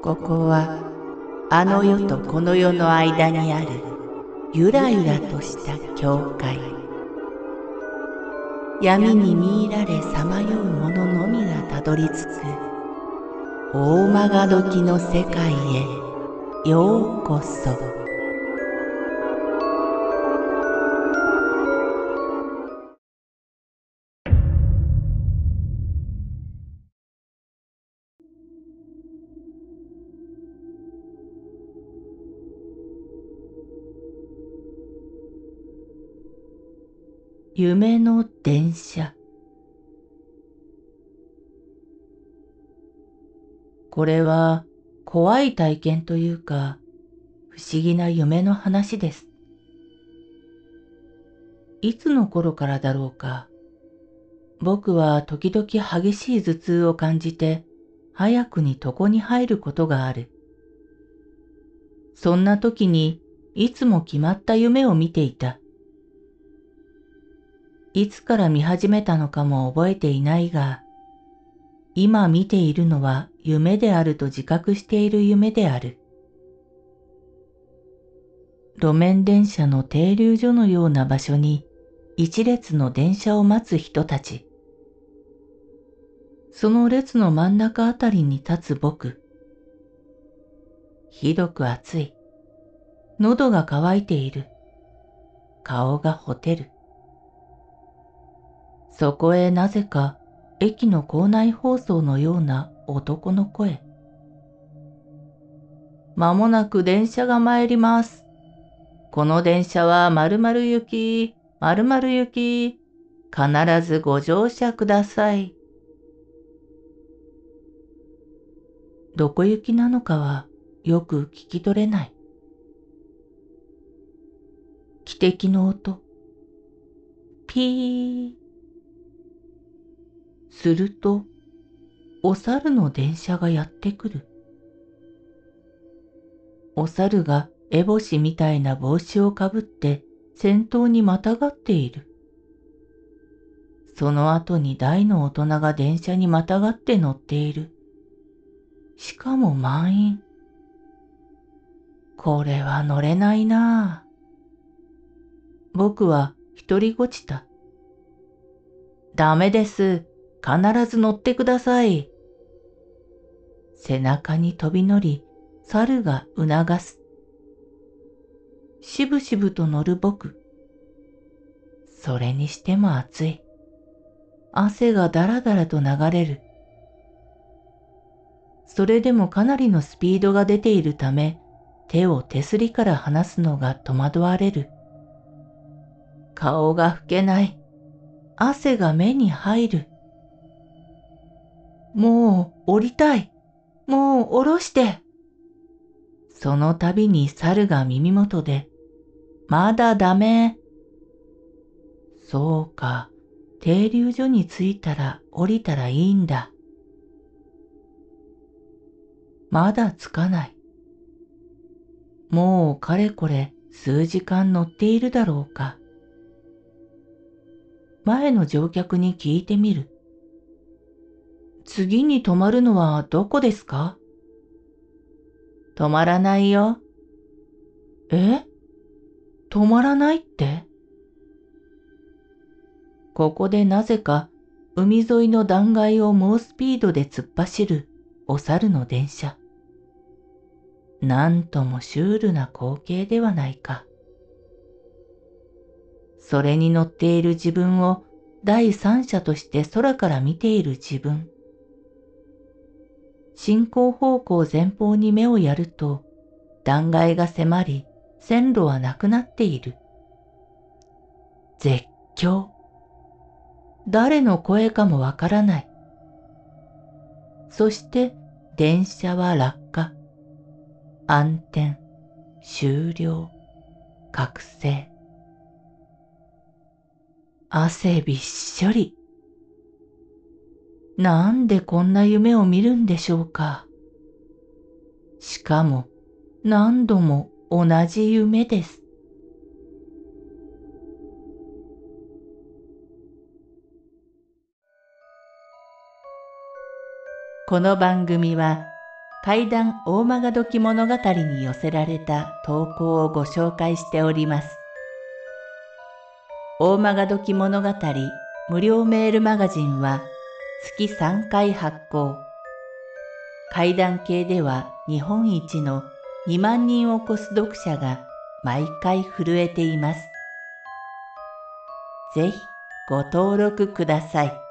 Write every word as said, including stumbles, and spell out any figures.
ここはあの世とこの世の間にあるゆらゆらとした境界。闇に見入られさまよう者のみがたどり着く大曲どきの世界へようこそ。夢の電車。これは怖い体験というか不思議な夢の話です。いつの頃からだろうか、僕は時々激しい頭痛を感じて早くに床に入ることがある。そんな時にいつも決まった夢を見ていた。いつから見始めたのかも覚えていないが、今見ているのは夢であると自覚している夢である。路面電車の停留所のような場所に一列の電車を待つ人たち。その列の真ん中あたりに立つ僕。ひどく暑い。喉が渇いている。顔がほてる。そこへなぜか駅の構内放送のような男の声。まもなく電車が参ります。この電車は〇〇行き、〇〇行き、必ずご乗車ください。どこ行きなのかはよく聞き取れない。汽笛の音。ピー。すると、お猿の電車がやってくる。お猿が烏帽子みたいな帽子をかぶって先頭にまたがっている。その後に大の大人が電車にまたがって乗っている。しかも満員。これは乗れないなあ。僕は一人ごちた。ダメです。必ず乗ってください。背中に飛び乗り、猿が促す。しぶしぶと乗る僕。それにしても暑い。汗がだらだらと流れる。それでもかなりのスピードが出ているため、手を手すりから離すのが戸惑われる。顔が拭けない。汗が目に入る。もう降りたい。もう降ろして。その度に猿が耳元で、まだダメ。そうか、停留所に着いたら降りたらいいんだ。まだ着かない。もうかれこれ数時間乗っているだろうか。前の乗客に聞いてみる。次に止まるのはどこですか？止まらないよ。え？止まらないって？ここでなぜか海沿いの断崖を猛スピードで突っ走るお猿の電車。なんともシュールな光景ではないか。それに乗っている自分を第三者として空から見ている自分。進行方向前方に目をやると断崖が迫り線路はなくなっている。絶叫。誰の声かもわからない。そして電車は落下。暗転、終了、覚醒。汗びっしょり。なんでこんな夢を見るんでしょうか。しかも何度も同じ夢です。この番組は怪談大曲どき物語に寄せられた投稿をご紹介しております。大曲どき物語無料メールマガジンは月さんかい発行。怪談系では日本一のにまんにんを超す読者が毎回震えています。ぜひご登録ください。